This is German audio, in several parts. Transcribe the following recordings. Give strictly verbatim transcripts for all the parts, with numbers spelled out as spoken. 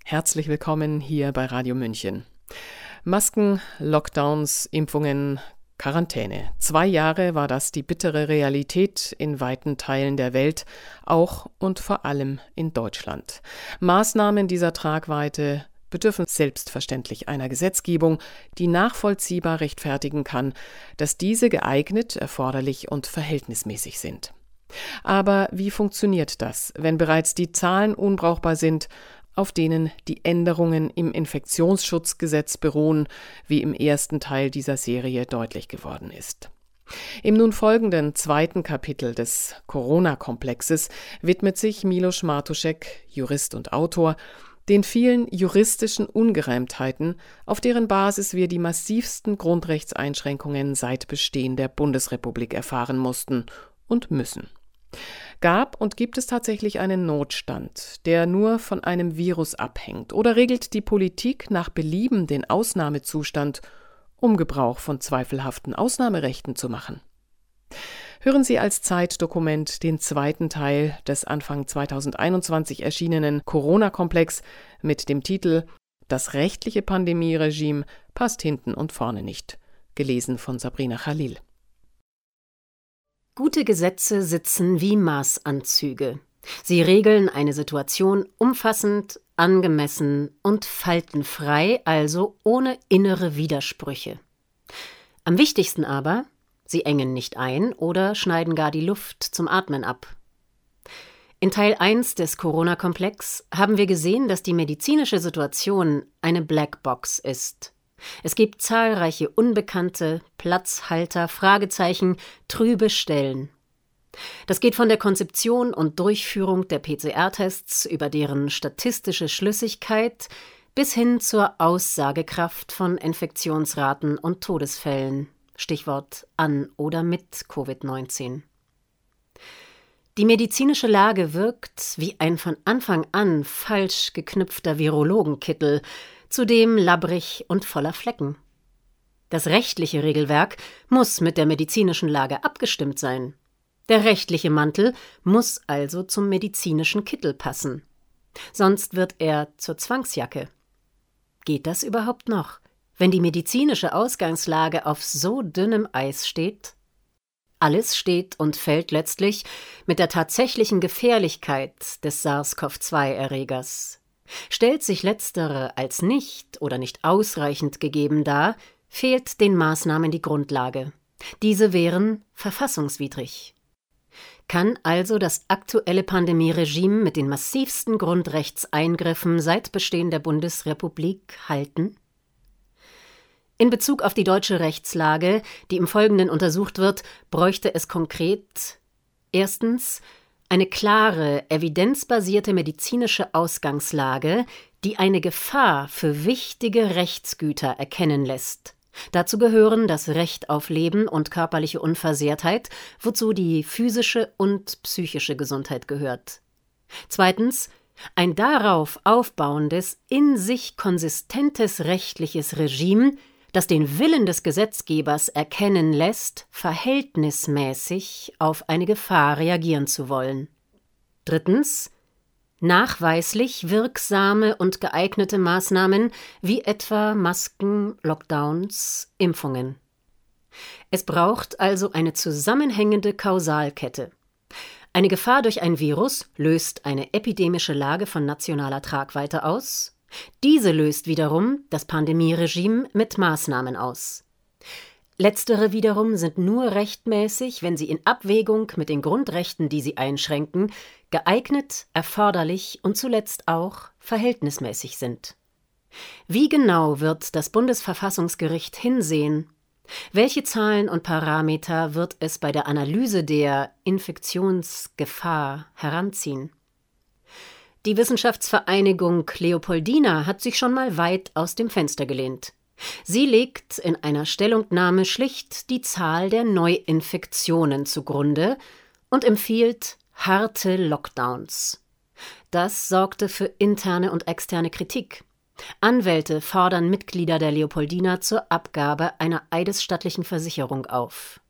Herzlich willkommen hier bei Radio München. Masken, Lockdowns, Impfungen, Quarantäne. Zwei Jahre war das die bittere Realität in weiten Teilen der Welt, auch und vor allem in Deutschland. Maßnahmen dieser Tragweite bedürfen selbstverständlich einer Gesetzgebung, die nachvollziehbar rechtfertigen kann, dass diese geeignet, erforderlich und verhältnismäßig sind. Aber wie funktioniert das, wenn bereits die Zahlen unbrauchbar sind, auf denen die Änderungen im Infektionsschutzgesetz beruhen, wie im ersten Teil dieser Serie deutlich geworden ist? Im nun folgenden zweiten Kapitel des Corona-Komplexes widmet sich Miloš Martušek, Jurist und Autor, den vielen juristischen Ungereimtheiten, auf deren Basis wir die massivsten Grundrechtseinschränkungen seit Bestehen der Bundesrepublik erfahren mussten und müssen. Gab und gibt es tatsächlich einen Notstand, der nur von einem Virus abhängt, oder regelt die Politik nach Belieben den Ausnahmezustand, um Gebrauch von zweifelhaften Ausnahmerechten zu machen? Hören Sie als Zeitdokument den zweiten Teil des Anfang zweitausendeinundzwanzig erschienenen Corona-Komplex mit dem Titel »Das rechtliche Pandemieregime passt hinten und vorne nicht«, gelesen von Sabrina Khalil. Gute Gesetze sitzen wie Maßanzüge. Sie regeln eine Situation umfassend, angemessen und faltenfrei, also ohne innere Widersprüche. Am wichtigsten aber, sie engen nicht ein oder schneiden gar die Luft zum Atmen ab. In Teil eins des Corona-Komplex haben wir gesehen, dass die medizinische Situation eine Blackbox ist. Es gibt zahlreiche Unbekannte, Platzhalter, Fragezeichen, trübe Stellen. Das geht von der Konzeption und Durchführung der P C R-Tests über deren statistische Schlüssigkeit bis hin zur Aussagekraft von Infektionsraten und Todesfällen. Stichwort an oder mit Covid neunzehn. Die medizinische Lage wirkt wie ein von Anfang an falsch geknüpfter Virologenkittel, zudem labbrig und voller Flecken. Das rechtliche Regelwerk muss mit der medizinischen Lage abgestimmt sein. Der rechtliche Mantel muss also zum medizinischen Kittel passen. Sonst wird er zur Zwangsjacke. Geht das überhaupt noch, wenn die medizinische Ausgangslage auf so dünnem Eis steht? Alles steht und fällt letztlich mit der tatsächlichen Gefährlichkeit des SARS-CoV zwei Erregers. Stellt sich letztere als nicht oder nicht ausreichend gegeben dar, fehlt den Maßnahmen die Grundlage. Diese wären verfassungswidrig. Kann also das aktuelle Pandemieregime mit den massivsten Grundrechtseingriffen seit Bestehen der Bundesrepublik halten? In Bezug auf die deutsche Rechtslage, die im Folgenden untersucht wird, bräuchte es konkret erstens eine klare, evidenzbasierte medizinische Ausgangslage, die eine Gefahr für wichtige Rechtsgüter erkennen lässt. Dazu gehören das Recht auf Leben und körperliche Unversehrtheit, wozu die physische und psychische Gesundheit gehört. Zweitens, ein darauf aufbauendes, in sich konsistentes rechtliches Regime, das den Willen des Gesetzgebers erkennen lässt, verhältnismäßig auf eine Gefahr reagieren zu wollen. Drittens, nachweislich wirksame und geeignete Maßnahmen wie etwa Masken, Lockdowns, Impfungen. Es braucht also eine zusammenhängende Kausalkette. Eine Gefahr durch ein Virus löst eine epidemische Lage von nationaler Tragweite aus. Diese löst wiederum das Pandemieregime mit Maßnahmen aus. Letztere wiederum sind nur rechtmäßig, wenn sie in Abwägung mit den Grundrechten, die sie einschränken, geeignet, erforderlich und zuletzt auch verhältnismäßig sind. Wie genau wird das Bundesverfassungsgericht hinsehen? Welche Zahlen und Parameter wird es bei der Analyse der Infektionsgefahr heranziehen? Die Wissenschaftsvereinigung Leopoldina hat sich schon mal weit aus dem Fenster gelehnt. Sie legt in einer Stellungnahme schlicht die Zahl der Neuinfektionen zugrunde und empfiehlt harte Lockdowns. Das sorgte für interne und externe Kritik. Anwälte fordern Mitglieder der Leopoldina zur Abgabe einer eidesstattlichen Versicherung auf.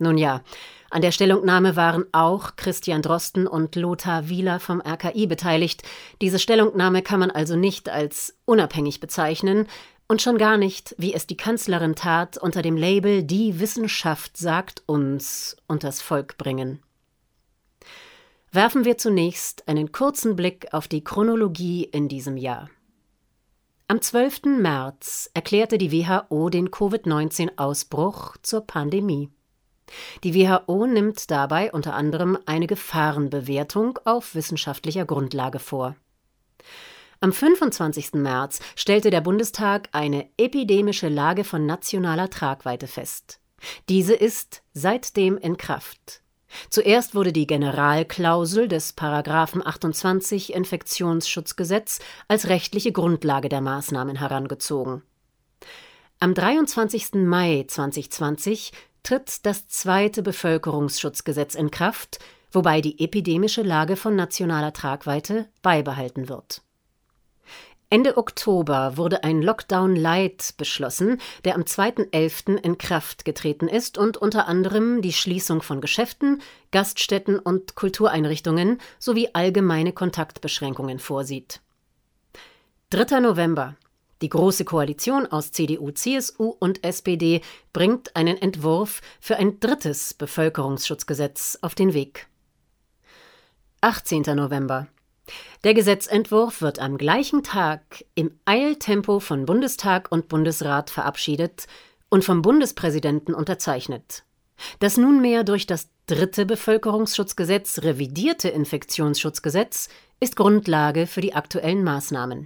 Nun ja, an der Stellungnahme waren auch Christian Drosten und Lothar Wieler vom R K I beteiligt. Diese Stellungnahme kann man also nicht als unabhängig bezeichnen und schon gar nicht, wie es die Kanzlerin tat, unter dem Label »Die Wissenschaft sagt uns« unters Volk bringen. Werfen wir zunächst einen kurzen Blick auf die Chronologie in diesem Jahr. Am zwölften März erklärte die W H O den Covid neunzehn Ausbruch zur Pandemie. Die W H O nimmt dabei unter anderem eine Gefahrenbewertung auf wissenschaftlicher Grundlage vor. Am fünfundzwanzigsten März stellte der Bundestag eine epidemische Lage von nationaler Tragweite fest. Diese ist seitdem in Kraft. Zuerst wurde die Generalklausel des Paragraphen achtundzwanzig Infektionsschutzgesetz als rechtliche Grundlage der Maßnahmen herangezogen. Am dreiundzwanzigsten Mai zweitausendzwanzig tritt das zweite Bevölkerungsschutzgesetz in Kraft, wobei die epidemische Lage von nationaler Tragweite beibehalten wird. Ende Oktober wurde ein Lockdown Light beschlossen, der am zweiten elften in Kraft getreten ist und unter anderem die Schließung von Geschäften, Gaststätten und Kultureinrichtungen sowie allgemeine Kontaktbeschränkungen vorsieht. dritter November. Die Große Koalition aus C D U, C S U und S P D bringt einen Entwurf für ein drittes Bevölkerungsschutzgesetz auf den Weg. achtzehnter November. Der Gesetzentwurf wird am gleichen Tag im Eiltempo von Bundestag und Bundesrat verabschiedet und vom Bundespräsidenten unterzeichnet. Das nunmehr durch das dritte Bevölkerungsschutzgesetz revidierte Infektionsschutzgesetz ist Grundlage für die aktuellen Maßnahmen.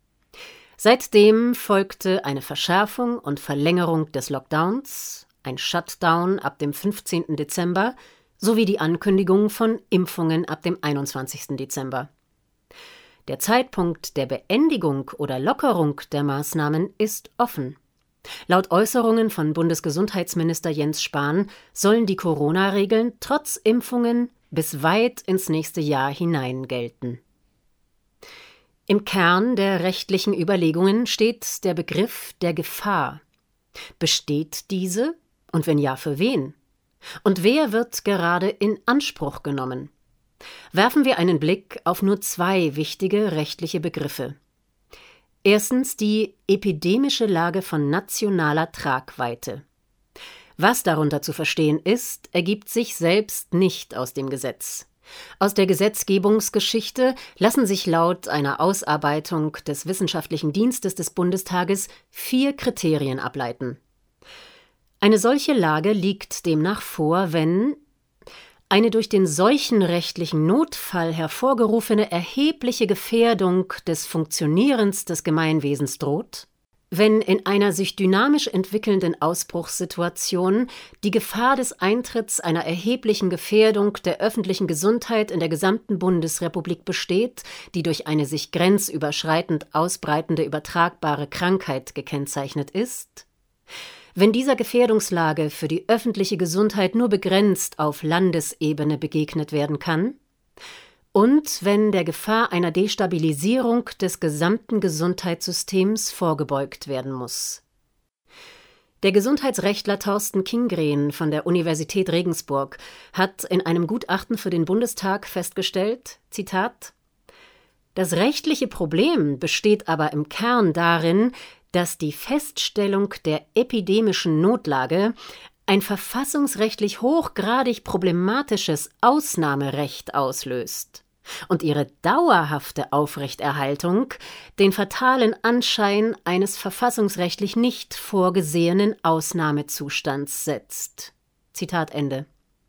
Seitdem folgte eine Verschärfung und Verlängerung des Lockdowns, ein Shutdown ab dem fünfzehnten Dezember sowie die Ankündigung von Impfungen ab dem einundzwanzigsten Dezember. Der Zeitpunkt der Beendigung oder Lockerung der Maßnahmen ist offen. Laut Äußerungen von Bundesgesundheitsminister Jens Spahn sollen die Corona-Regeln trotz Impfungen bis weit ins nächste Jahr hinein gelten. Im Kern der rechtlichen Überlegungen steht der Begriff der Gefahr. Besteht diese? Und wenn ja, für wen? Und wer wird gerade in Anspruch genommen? Werfen wir einen Blick auf nur zwei wichtige rechtliche Begriffe. Erstens die epidemische Lage von nationaler Tragweite. Was darunter zu verstehen ist, ergibt sich selbst nicht aus dem Gesetz. Aus der Gesetzgebungsgeschichte lassen sich laut einer Ausarbeitung des Wissenschaftlichen Dienstes des Bundestages vier Kriterien ableiten. Eine solche Lage liegt demnach vor, wenn eine durch den seuchenrechtlichen Notfall hervorgerufene erhebliche Gefährdung des Funktionierens des Gemeinwesens droht, wenn in einer sich dynamisch entwickelnden Ausbruchssituation die Gefahr des Eintritts einer erheblichen Gefährdung der öffentlichen Gesundheit in der gesamten Bundesrepublik besteht, die durch eine sich grenzüberschreitend ausbreitende übertragbare Krankheit gekennzeichnet ist, wenn dieser Gefährdungslage für die öffentliche Gesundheit nur begrenzt auf Landesebene begegnet werden kann und wenn der Gefahr einer Destabilisierung des gesamten Gesundheitssystems vorgebeugt werden muss. Der Gesundheitsrechtler Thorsten Kingren von der Universität Regensburg hat in einem Gutachten für den Bundestag festgestellt, Zitat: Das rechtliche Problem besteht aber im Kern darin, dass die Feststellung der epidemischen Notlage ein verfassungsrechtlich hochgradig problematisches Ausnahmerecht auslöst und ihre dauerhafte Aufrechterhaltung den fatalen Anschein eines verfassungsrechtlich nicht vorgesehenen Ausnahmezustands setzt. Zitat Ende.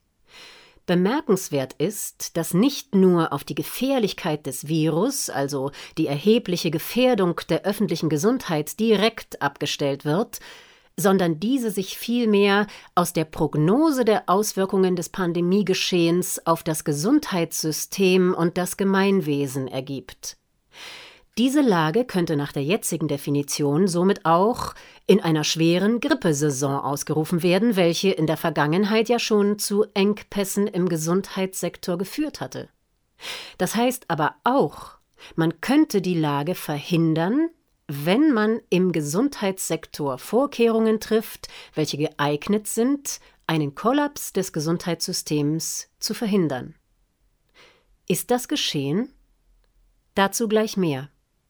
Bemerkenswert ist, dass nicht nur auf die Gefährlichkeit des Virus, also die erhebliche Gefährdung der öffentlichen Gesundheit, direkt abgestellt wird, sondern diese sich vielmehr aus der Prognose der Auswirkungen des Pandemiegeschehens auf das Gesundheitssystem und das Gemeinwesen ergibt. Diese Lage könnte nach der jetzigen Definition somit auch in einer schweren Grippesaison ausgerufen werden, welche in der Vergangenheit ja schon zu Engpässen im Gesundheitssektor geführt hatte. Das heißt aber auch, man könnte die Lage verhindern, wenn man im Gesundheitssektor Vorkehrungen trifft, welche geeignet sind, einen Kollaps des Gesundheitssystems zu verhindern. Ist das geschehen? Dazu gleich mehr.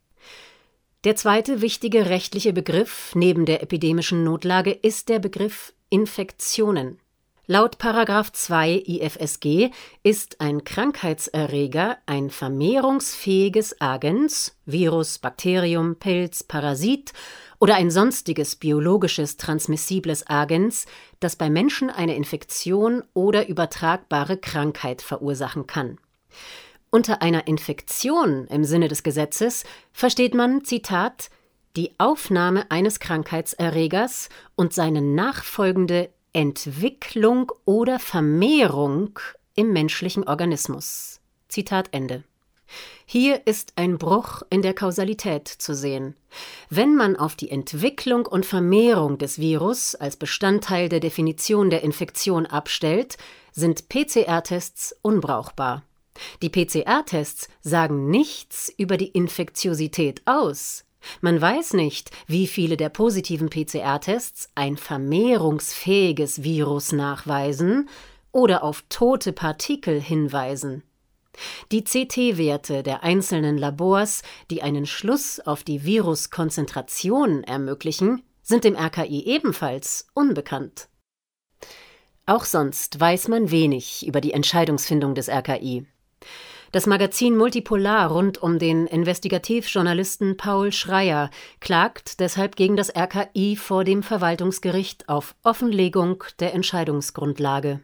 Der zweite wichtige rechtliche Begriff neben der epidemischen Notlage ist der Begriff Infektionen. Laut Paragraph zwei I F S G ist ein Krankheitserreger ein vermehrungsfähiges Agens, Virus, Bakterium, Pilz, Parasit oder ein sonstiges biologisches transmissibles Agens, das bei Menschen eine Infektion oder übertragbare Krankheit verursachen kann. Unter einer Infektion im Sinne des Gesetzes versteht man, Zitat, die Aufnahme eines Krankheitserregers und seine nachfolgende Entwicklung oder Vermehrung im menschlichen Organismus. Zitat Ende. Hier ist ein Bruch in der Kausalität zu sehen. Wenn man auf die Entwicklung und Vermehrung des Virus als Bestandteil der Definition der Infektion abstellt, sind P C R-Tests unbrauchbar. Die P C R-Tests sagen nichts über die Infektiosität aus. Man weiß nicht, wie viele der positiven P C R-Tests ein vermehrungsfähiges Virus nachweisen oder auf tote Partikel hinweisen. Die C T-Werte der einzelnen Labors, die einen Schluss auf die Viruskonzentration ermöglichen, sind dem R K I ebenfalls unbekannt. Auch sonst weiß man wenig über die Entscheidungsfindung des R K I. Das Magazin Multipolar rund um den Investigativjournalisten Paul Schreyer klagt deshalb gegen das R K I vor dem Verwaltungsgericht auf Offenlegung der Entscheidungsgrundlage.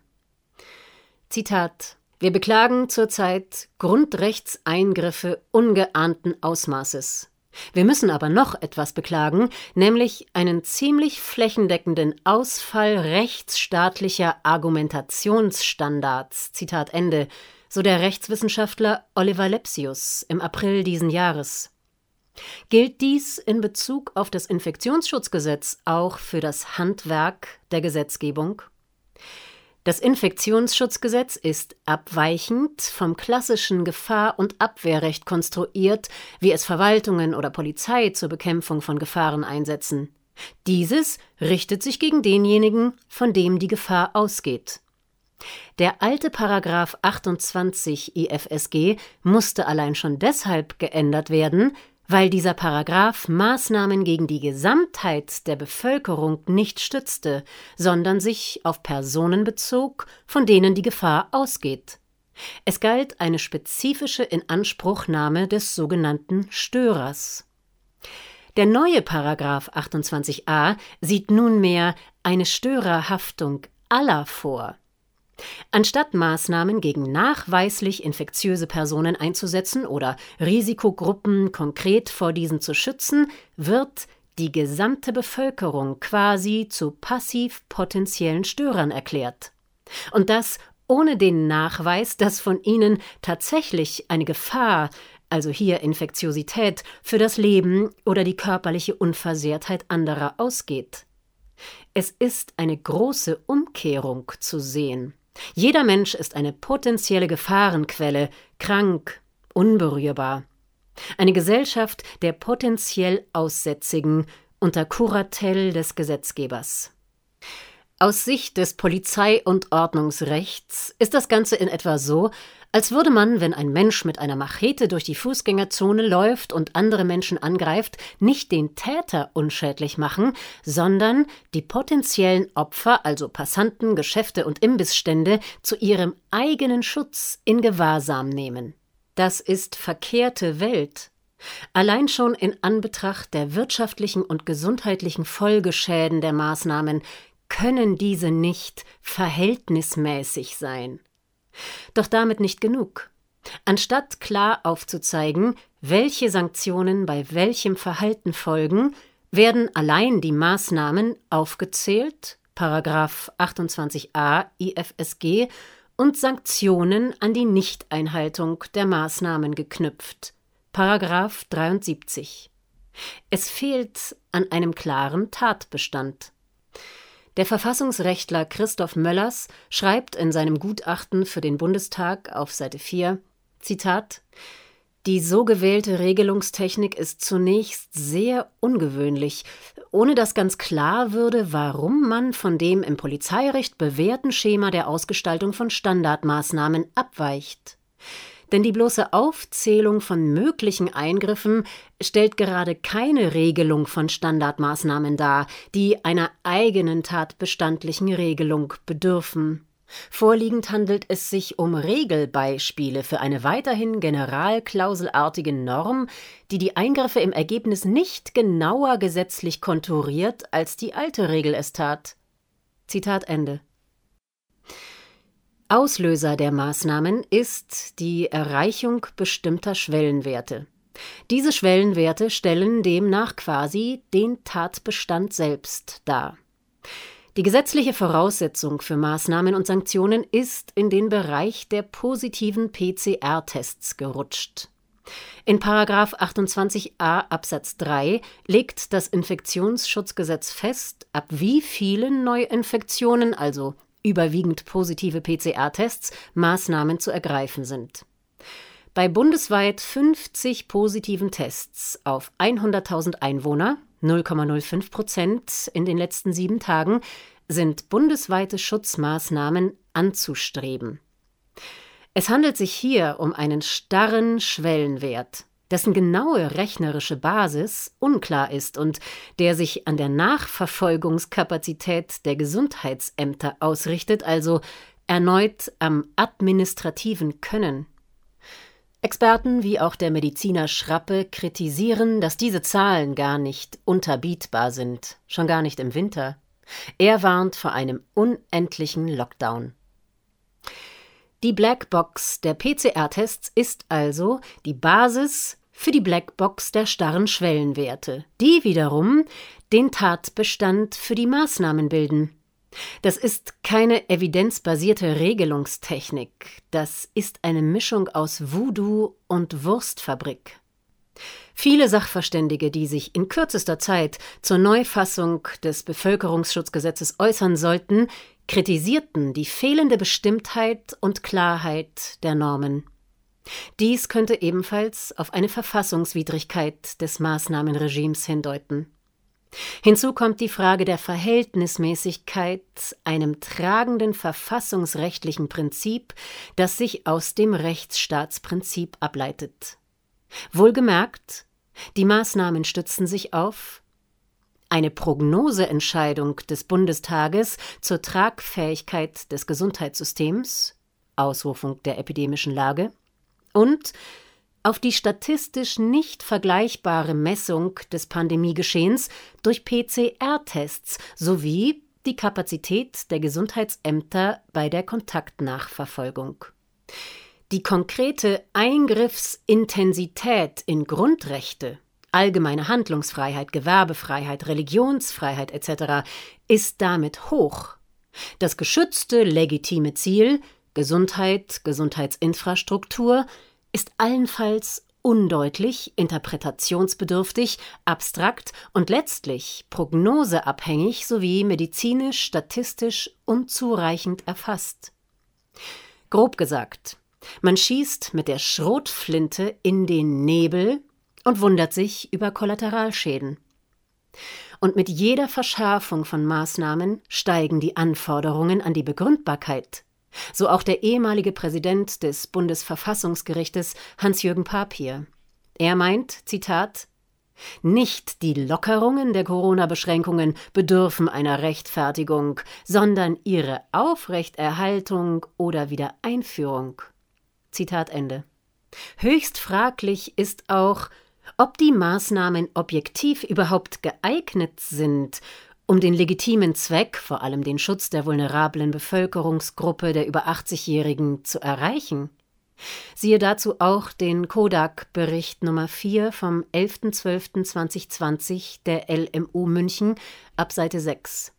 Zitat: Wir beklagen zurzeit Grundrechtseingriffe ungeahnten Ausmaßes. Wir müssen aber noch etwas beklagen, nämlich einen ziemlich flächendeckenden Ausfall rechtsstaatlicher Argumentationsstandards. Zitat Ende. So der Rechtswissenschaftler Oliver Lepsius im April diesen Jahres. Gilt dies in Bezug auf das Infektionsschutzgesetz auch für das Handwerk der Gesetzgebung? Das Infektionsschutzgesetz ist abweichend vom klassischen Gefahr- und Abwehrrecht konstruiert, wie es Verwaltungen oder Polizei zur Bekämpfung von Gefahren einsetzen. Dieses richtet sich gegen denjenigen, von dem die Gefahr ausgeht. Der alte Paragraph achtundzwanzig I F S G musste allein schon deshalb geändert werden, weil dieser Paragraph Maßnahmen gegen die Gesamtheit der Bevölkerung nicht stützte, sondern sich auf Personen bezog, von denen die Gefahr ausgeht. Es galt eine spezifische Inanspruchnahme des sogenannten Störers. Der neue Paragraph achtundzwanzig a sieht nunmehr eine Störerhaftung aller vor. Anstatt Maßnahmen gegen nachweislich infektiöse Personen einzusetzen oder Risikogruppen konkret vor diesen zu schützen, wird die gesamte Bevölkerung quasi zu passiv potenziellen Störern erklärt. Und das ohne den Nachweis, dass von ihnen tatsächlich eine Gefahr, also hier Infektiosität, für das Leben oder die körperliche Unversehrtheit anderer ausgeht. Es ist eine große Umkehrung zu sehen. Jeder Mensch ist eine potenzielle Gefahrenquelle, krank, unberührbar. Eine Gesellschaft der potenziell Aussätzigen unter Kuratell des Gesetzgebers. Aus Sicht des Polizei- und Ordnungsrechts ist das Ganze in etwa so, als würde man, wenn ein Mensch mit einer Machete durch die Fußgängerzone läuft und andere Menschen angreift, nicht den Täter unschädlich machen, sondern die potenziellen Opfer, also Passanten, Geschäfte und Imbissstände, zu ihrem eigenen Schutz in Gewahrsam nehmen. Das ist verkehrte Welt. Allein schon in Anbetracht der wirtschaftlichen und gesundheitlichen Folgeschäden der Maßnahmen können diese nicht verhältnismäßig sein. Doch damit nicht genug. Anstatt klar aufzuzeigen, welche Sanktionen bei welchem Verhalten folgen, werden allein die Maßnahmen aufgezählt, Paragraph achtundzwanzig a I F S G, und Sanktionen an die Nichteinhaltung der Maßnahmen geknüpft, Paragraph dreiundsiebzig. Es fehlt an einem klaren Tatbestand. Der Verfassungsrechtler Christoph Möllers schreibt in seinem Gutachten für den Bundestag auf Seite vier, Zitat: Die so gewählte Regelungstechnik ist zunächst sehr ungewöhnlich, ohne dass ganz klar würde, warum man von dem im Polizeirecht bewährten Schema der Ausgestaltung von Standardmaßnahmen abweicht. Denn die bloße Aufzählung von möglichen Eingriffen stellt gerade keine Regelung von Standardmaßnahmen dar, die einer eigenen tatbestandlichen Regelung bedürfen. Vorliegend handelt es sich um Regelbeispiele für eine weiterhin generalklauselartige Norm, die die Eingriffe im Ergebnis nicht genauer gesetzlich konturiert, als die alte Regel es tat. Zitat Ende. Auslöser der Maßnahmen ist die Erreichung bestimmter Schwellenwerte. Diese Schwellenwerte stellen demnach quasi den Tatbestand selbst dar. Die gesetzliche Voraussetzung für Maßnahmen und Sanktionen ist in den Bereich der positiven P C R-Tests gerutscht. In Paragraph achtundzwanzig a Absatz drei legt das Infektionsschutzgesetz fest, ab wie vielen Neuinfektionen, also überwiegend positive P C R-Tests, Maßnahmen zu ergreifen sind. Bei bundesweit fünfzig positiven Tests auf hunderttausend Einwohner, null Komma null fünf Prozent in den letzten sieben Tagen, sind bundesweite Schutzmaßnahmen anzustreben. Es handelt sich hier um einen starren Schwellenwert, dessen genaue rechnerische Basis unklar ist und der sich an der Nachverfolgungskapazität der Gesundheitsämter ausrichtet, also erneut am administrativen Können. Experten wie auch der Mediziner Schrappe kritisieren, dass diese Zahlen gar nicht unterbietbar sind, schon gar nicht im Winter. Er warnt vor einem unendlichen Lockdown. Die Blackbox der P C R-Tests ist also die Basis für die Blackbox der starren Schwellenwerte, die wiederum den Tatbestand für die Maßnahmen bilden. Das ist keine evidenzbasierte Regelungstechnik, das ist eine Mischung aus Voodoo und Wurstfabrik. Viele Sachverständige, die sich in kürzester Zeit zur Neufassung des Bevölkerungsschutzgesetzes äußern sollten, kritisierten die fehlende Bestimmtheit und Klarheit der Normen. Dies könnte ebenfalls auf eine Verfassungswidrigkeit des Maßnahmenregimes hindeuten. Hinzu kommt die Frage der Verhältnismäßigkeit, einem tragenden verfassungsrechtlichen Prinzip, das sich aus dem Rechtsstaatsprinzip ableitet. Wohlgemerkt, die Maßnahmen stützen sich auf eine Prognoseentscheidung des Bundestages zur Tragfähigkeit des Gesundheitssystems, Ausrufung der epidemischen Lage, und auf die statistisch nicht vergleichbare Messung des Pandemiegeschehens durch P C R-Tests sowie die Kapazität der Gesundheitsämter bei der Kontaktnachverfolgung. Die konkrete Eingriffsintensität in Grundrechte, allgemeine Handlungsfreiheit, Gewerbefreiheit, Religionsfreiheit et cetera ist damit hoch. Das geschützte, legitime Ziel, Gesundheit, Gesundheitsinfrastruktur, ist allenfalls undeutlich, interpretationsbedürftig, abstrakt und letztlich prognoseabhängig sowie medizinisch, statistisch unzureichend erfasst. Grob gesagt, man schießt mit der Schrotflinte in den Nebel und wundert sich über Kollateralschäden. Und mit jeder Verschärfung von Maßnahmen steigen die Anforderungen an die Begründbarkeit. So auch der ehemalige Präsident des Bundesverfassungsgerichtes Hans-Jürgen Papier. Er meint, Zitat, nicht die Lockerungen der Corona-Beschränkungen bedürfen einer Rechtfertigung, sondern ihre Aufrechterhaltung oder Wiedereinführung. Zitat Ende. Höchst fraglich ist auch, ob die Maßnahmen objektiv überhaupt geeignet sind, um den legitimen Zweck, vor allem den Schutz der vulnerablen Bevölkerungsgruppe der über achtzigjährigen, zu erreichen. Siehe dazu auch den Kodak-Bericht Nummer vier vom elfter zwölfter zweitausendzwanzig der L M U München ab Seite sechs.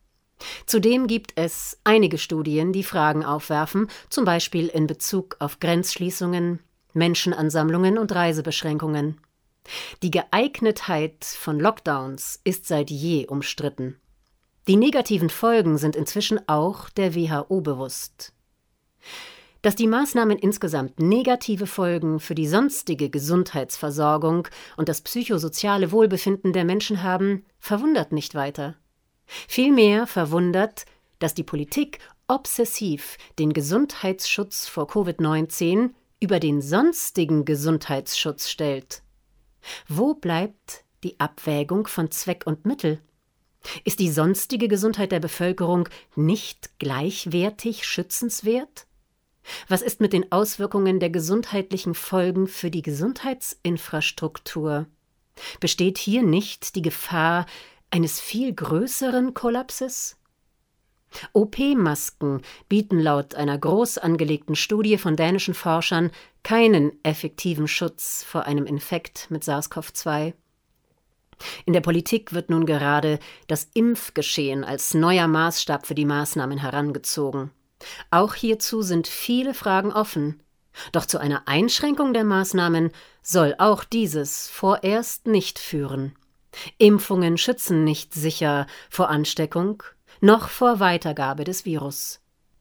Zudem gibt es einige Studien, die Fragen aufwerfen, zum Beispiel in Bezug auf Grenzschließungen, Menschenansammlungen und Reisebeschränkungen. Die Geeignetheit von Lockdowns ist seit je umstritten. Die negativen Folgen sind inzwischen auch der W H O bewusst. Dass die Maßnahmen insgesamt negative Folgen für die sonstige Gesundheitsversorgung und das psychosoziale Wohlbefinden der Menschen haben, verwundert nicht weiter. Vielmehr verwundert, dass die Politik obsessiv den Gesundheitsschutz vor Covid neunzehn über den sonstigen Gesundheitsschutz stellt. Wo bleibt die Abwägung von Zweck und Mittel? Ist die sonstige Gesundheit der Bevölkerung nicht gleichwertig schützenswert? Was ist mit den Auswirkungen der gesundheitlichen Folgen für die Gesundheitsinfrastruktur? Besteht hier nicht die Gefahr eines viel größeren Kollapses? O P-Masken bieten laut einer groß angelegten Studie von dänischen Forschern keinen effektiven Schutz vor einem Infekt mit SARS-C o V zwei. In der Politik wird nun gerade das Impfgeschehen als neuer Maßstab für die Maßnahmen herangezogen. Auch hierzu sind viele Fragen offen. Doch zu einer Einschränkung der Maßnahmen soll auch dieses vorerst nicht führen. Impfungen schützen nicht sicher vor Ansteckung, noch vor Weitergabe des Virus.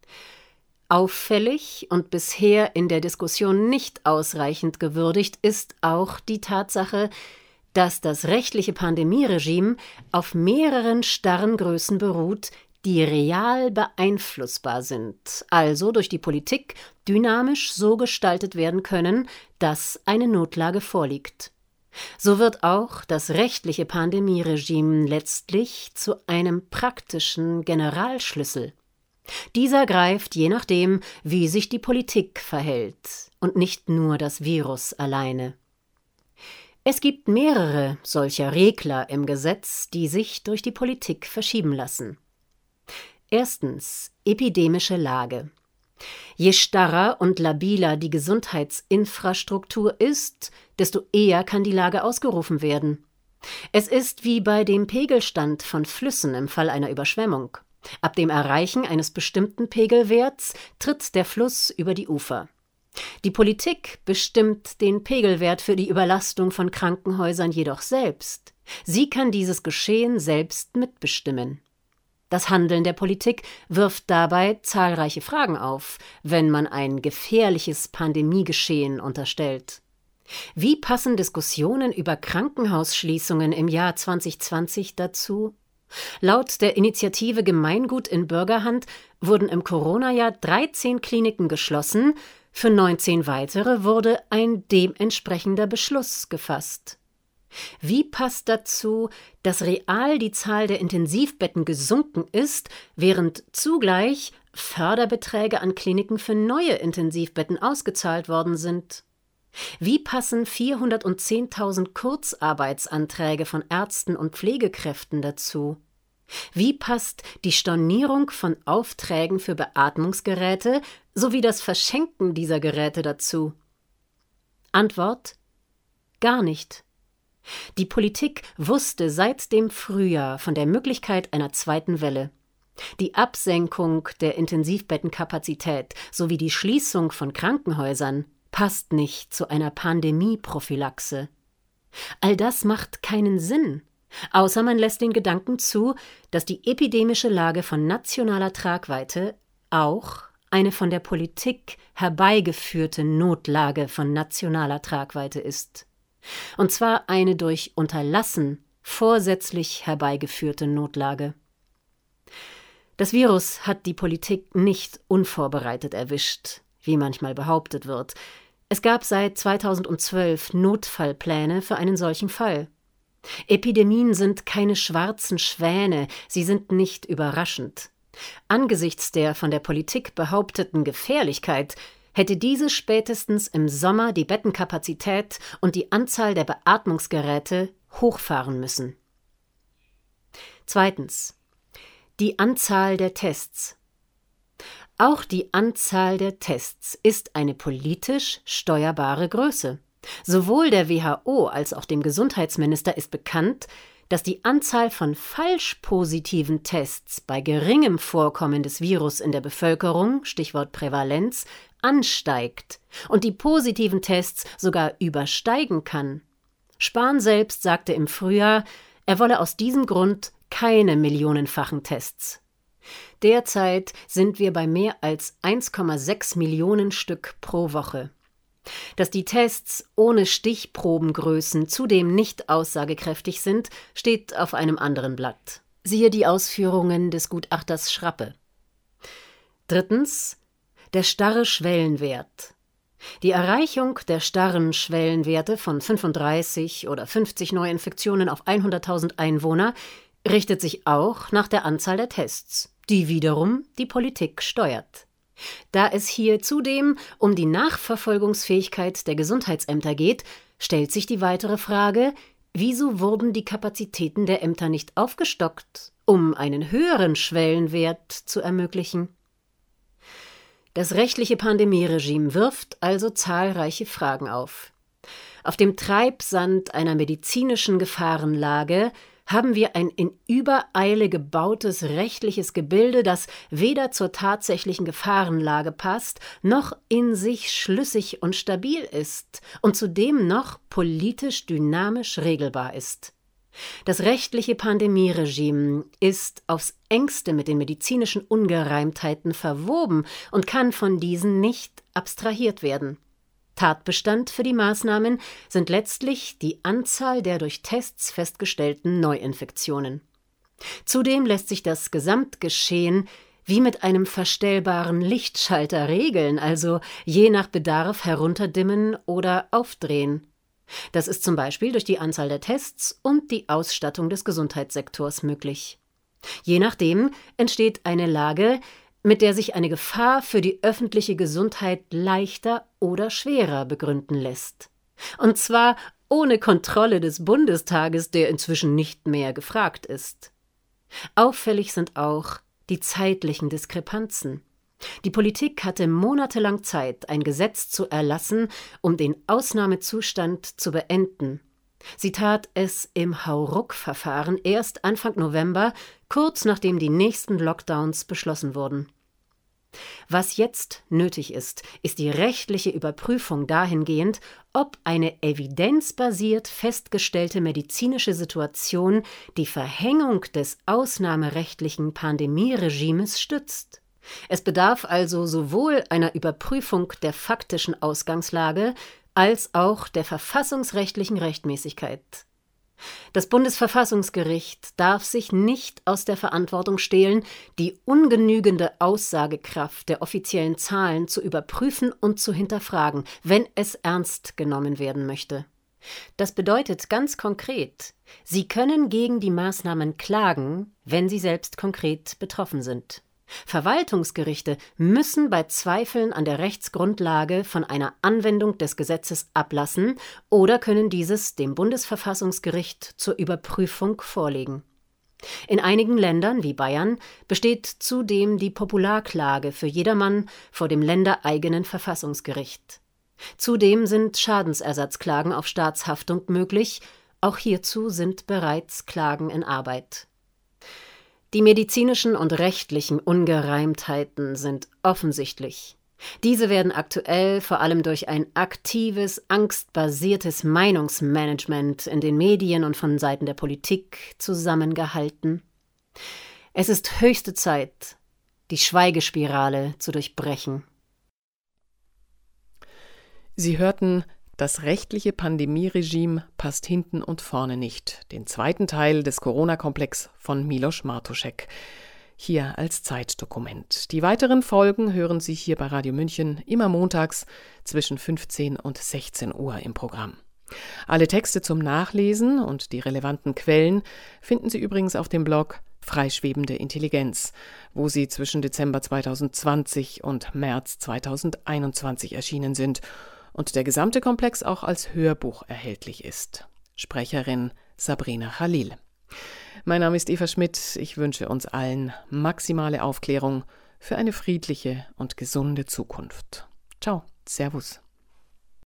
Auffällig und bisher in der Diskussion nicht ausreichend gewürdigt ist auch die Tatsache, dass das rechtliche Pandemieregime auf mehreren starren Größen beruht, die real beeinflussbar sind, also durch die Politik dynamisch so gestaltet werden können, dass eine Notlage vorliegt. So wird auch das rechtliche Pandemieregime letztlich zu einem praktischen Generalschlüssel. Dieser greift je nachdem, wie sich die Politik verhält und nicht nur das Virus alleine. Es gibt mehrere solcher Regler im Gesetz, die sich durch die Politik verschieben lassen. Erstens epidemische Lage. Je starrer und labiler die Gesundheitsinfrastruktur ist, desto eher kann die Lage ausgerufen werden. Es ist wie bei dem Pegelstand von Flüssen im Fall einer Überschwemmung. Ab dem Erreichen eines bestimmten Pegelwerts tritt der Fluss über die Ufer. Die Politik bestimmt den Pegelwert für die Überlastung von Krankenhäusern jedoch selbst. Sie kann dieses Geschehen selbst mitbestimmen. Das Handeln der Politik wirft dabei zahlreiche Fragen auf, wenn man ein gefährliches Pandemiegeschehen unterstellt. Wie passen Diskussionen über Krankenhausschließungen im Jahr zwanzig zwanzig dazu? Laut der Initiative Gemeingut in Bürgerhand wurden im Corona-Jahr dreizehn Kliniken geschlossen, für neunzehn weitere wurde ein dementsprechender Beschluss gefasst. Wie passt dazu, dass real die Zahl der Intensivbetten gesunken ist, während zugleich Förderbeträge an Kliniken für neue Intensivbetten ausgezahlt worden sind? Wie passen vierhundertzehntausend Kurzarbeitsanträge von Ärzten und Pflegekräften dazu? Wie passt die Stornierung von Aufträgen für Beatmungsgeräte sowie das Verschenken dieser Geräte dazu? Antwort: gar nicht. Die Politik wusste seit dem Frühjahr von der Möglichkeit einer zweiten Welle. Die Absenkung der Intensivbettenkapazität sowie die Schließung von Krankenhäusern passt nicht zu einer Pandemieprophylaxe. All das macht keinen Sinn, außer man lässt den Gedanken zu, dass die epidemische Lage von nationaler Tragweite auch eine von der Politik herbeigeführte Notlage von nationaler Tragweite ist. Und zwar eine durch Unterlassen vorsätzlich herbeigeführte Notlage. Das Virus hat die Politik nicht unvorbereitet erwischt, wie manchmal behauptet wird. Es gab seit zweitausendzwölf Notfallpläne für einen solchen Fall. Epidemien sind keine schwarzen Schwäne, sie sind nicht überraschend. Angesichts der von der Politik behaupteten Gefährlichkeit hätte diese spätestens im Sommer die Bettenkapazität und die Anzahl der Beatmungsgeräte hochfahren müssen. Zweitens. Die Anzahl der Tests. Auch die Anzahl der Tests ist eine politisch steuerbare Größe. Sowohl der W H O als auch dem Gesundheitsminister ist bekannt, dass die Anzahl von falsch positiven Tests bei geringem Vorkommen des Virus in der Bevölkerung, Stichwort Prävalenz, ansteigt und die positiven Tests sogar übersteigen kann. Spahn selbst sagte im Frühjahr, er wolle aus diesem Grund keine millionenfachen Tests. Derzeit sind wir bei mehr als eins Komma sechs Millionen Stück pro Woche. Dass die Tests ohne Stichprobengrößen zudem nicht aussagekräftig sind, steht auf einem anderen Blatt. Siehe die Ausführungen des Gutachters Schrappe. Drittens. Der starre Schwellenwert. Die Erreichung der starren Schwellenwerte von fünfunddreißig oder fünfzig Neuinfektionen auf hunderttausend Einwohner richtet sich auch nach der Anzahl der Tests, die wiederum die Politik steuert. Da es hier zudem um die Nachverfolgungsfähigkeit der Gesundheitsämter geht, stellt sich die weitere Frage, wieso wurden die Kapazitäten der Ämter nicht aufgestockt, um einen höheren Schwellenwert zu ermöglichen? Das rechtliche Pandemieregime wirft also zahlreiche Fragen auf. Auf dem Treibsand einer medizinischen Gefahrenlage haben wir ein in Übereile gebautes rechtliches Gebilde, das weder zur tatsächlichen Gefahrenlage passt, noch in sich schlüssig und stabil ist und zudem noch politisch dynamisch regelbar ist. Das rechtliche Pandemieregime ist aufs Engste mit den medizinischen Ungereimtheiten verwoben und kann von diesen nicht abstrahiert werden. Tatbestand für die Maßnahmen sind letztlich die Anzahl der durch Tests festgestellten Neuinfektionen. Zudem lässt sich das Gesamtgeschehen wie mit einem verstellbaren Lichtschalter regeln, also je nach Bedarf herunterdimmen oder aufdrehen. Das ist zum Beispiel durch die Anzahl der Tests und die Ausstattung des Gesundheitssektors möglich. Je nachdem entsteht eine Lage, mit der sich eine Gefahr für die öffentliche Gesundheit leichter oder schwerer begründen lässt. Und zwar ohne Kontrolle des Bundestages, der inzwischen nicht mehr gefragt ist. Auffällig sind auch die zeitlichen Diskrepanzen. Die Politik hatte monatelang Zeit, ein Gesetz zu erlassen, um den Ausnahmezustand zu beenden. Sie tat es im Hauruck-Verfahren erst Anfang November, kurz nachdem die nächsten Lockdowns beschlossen wurden. Was jetzt nötig ist, ist die rechtliche Überprüfung dahingehend, ob eine evidenzbasiert festgestellte medizinische Situation die Verhängung des ausnahmerechtlichen Pandemieregimes stützt. Es bedarf also sowohl einer Überprüfung der faktischen Ausgangslage als auch der verfassungsrechtlichen Rechtmäßigkeit. Das Bundesverfassungsgericht darf sich nicht aus der Verantwortung stehlen, die ungenügende Aussagekraft der offiziellen Zahlen zu überprüfen und zu hinterfragen, wenn es ernst genommen werden möchte. Das bedeutet ganz konkret, Sie können gegen die Maßnahmen klagen, wenn Sie selbst konkret betroffen sind. Verwaltungsgerichte müssen bei Zweifeln an der Rechtsgrundlage von einer Anwendung des Gesetzes ablassen oder können dieses dem Bundesverfassungsgericht zur Überprüfung vorlegen. In einigen Ländern wie Bayern besteht zudem die Popularklage für jedermann vor dem ländereigenen Verfassungsgericht. Zudem sind Schadensersatzklagen auf Staatshaftung möglich, auch hierzu sind bereits Klagen in Arbeit. Die medizinischen und rechtlichen Ungereimtheiten sind offensichtlich. Diese werden aktuell vor allem durch ein aktives, angstbasiertes Meinungsmanagement in den Medien und von Seiten der Politik zusammengehalten. Es ist höchste Zeit, die Schweigespirale zu durchbrechen. Sie hörten Das rechtliche Pandemieregime passt hinten und vorne nicht. Den zweiten Teil des Corona-Komplex von Miloš Martušek. Hier als Zeitdokument. Die weiteren Folgen hören Sie hier bei Radio München immer montags zwischen fünfzehn und sechzehn Uhr im Programm. Alle Texte zum Nachlesen und die relevanten Quellen finden Sie übrigens auf dem Blog Freischwebende Intelligenz, wo sie zwischen Dezember zweitausendzwanzig und März zweitausendeinundzwanzig erschienen sind und der gesamte Komplex auch als Hörbuch erhältlich ist. Sprecherin Sabrina Khalil. Mein Name ist Eva Schmidt. Ich wünsche uns allen maximale Aufklärung für eine friedliche und gesunde Zukunft. Ciao, Servus.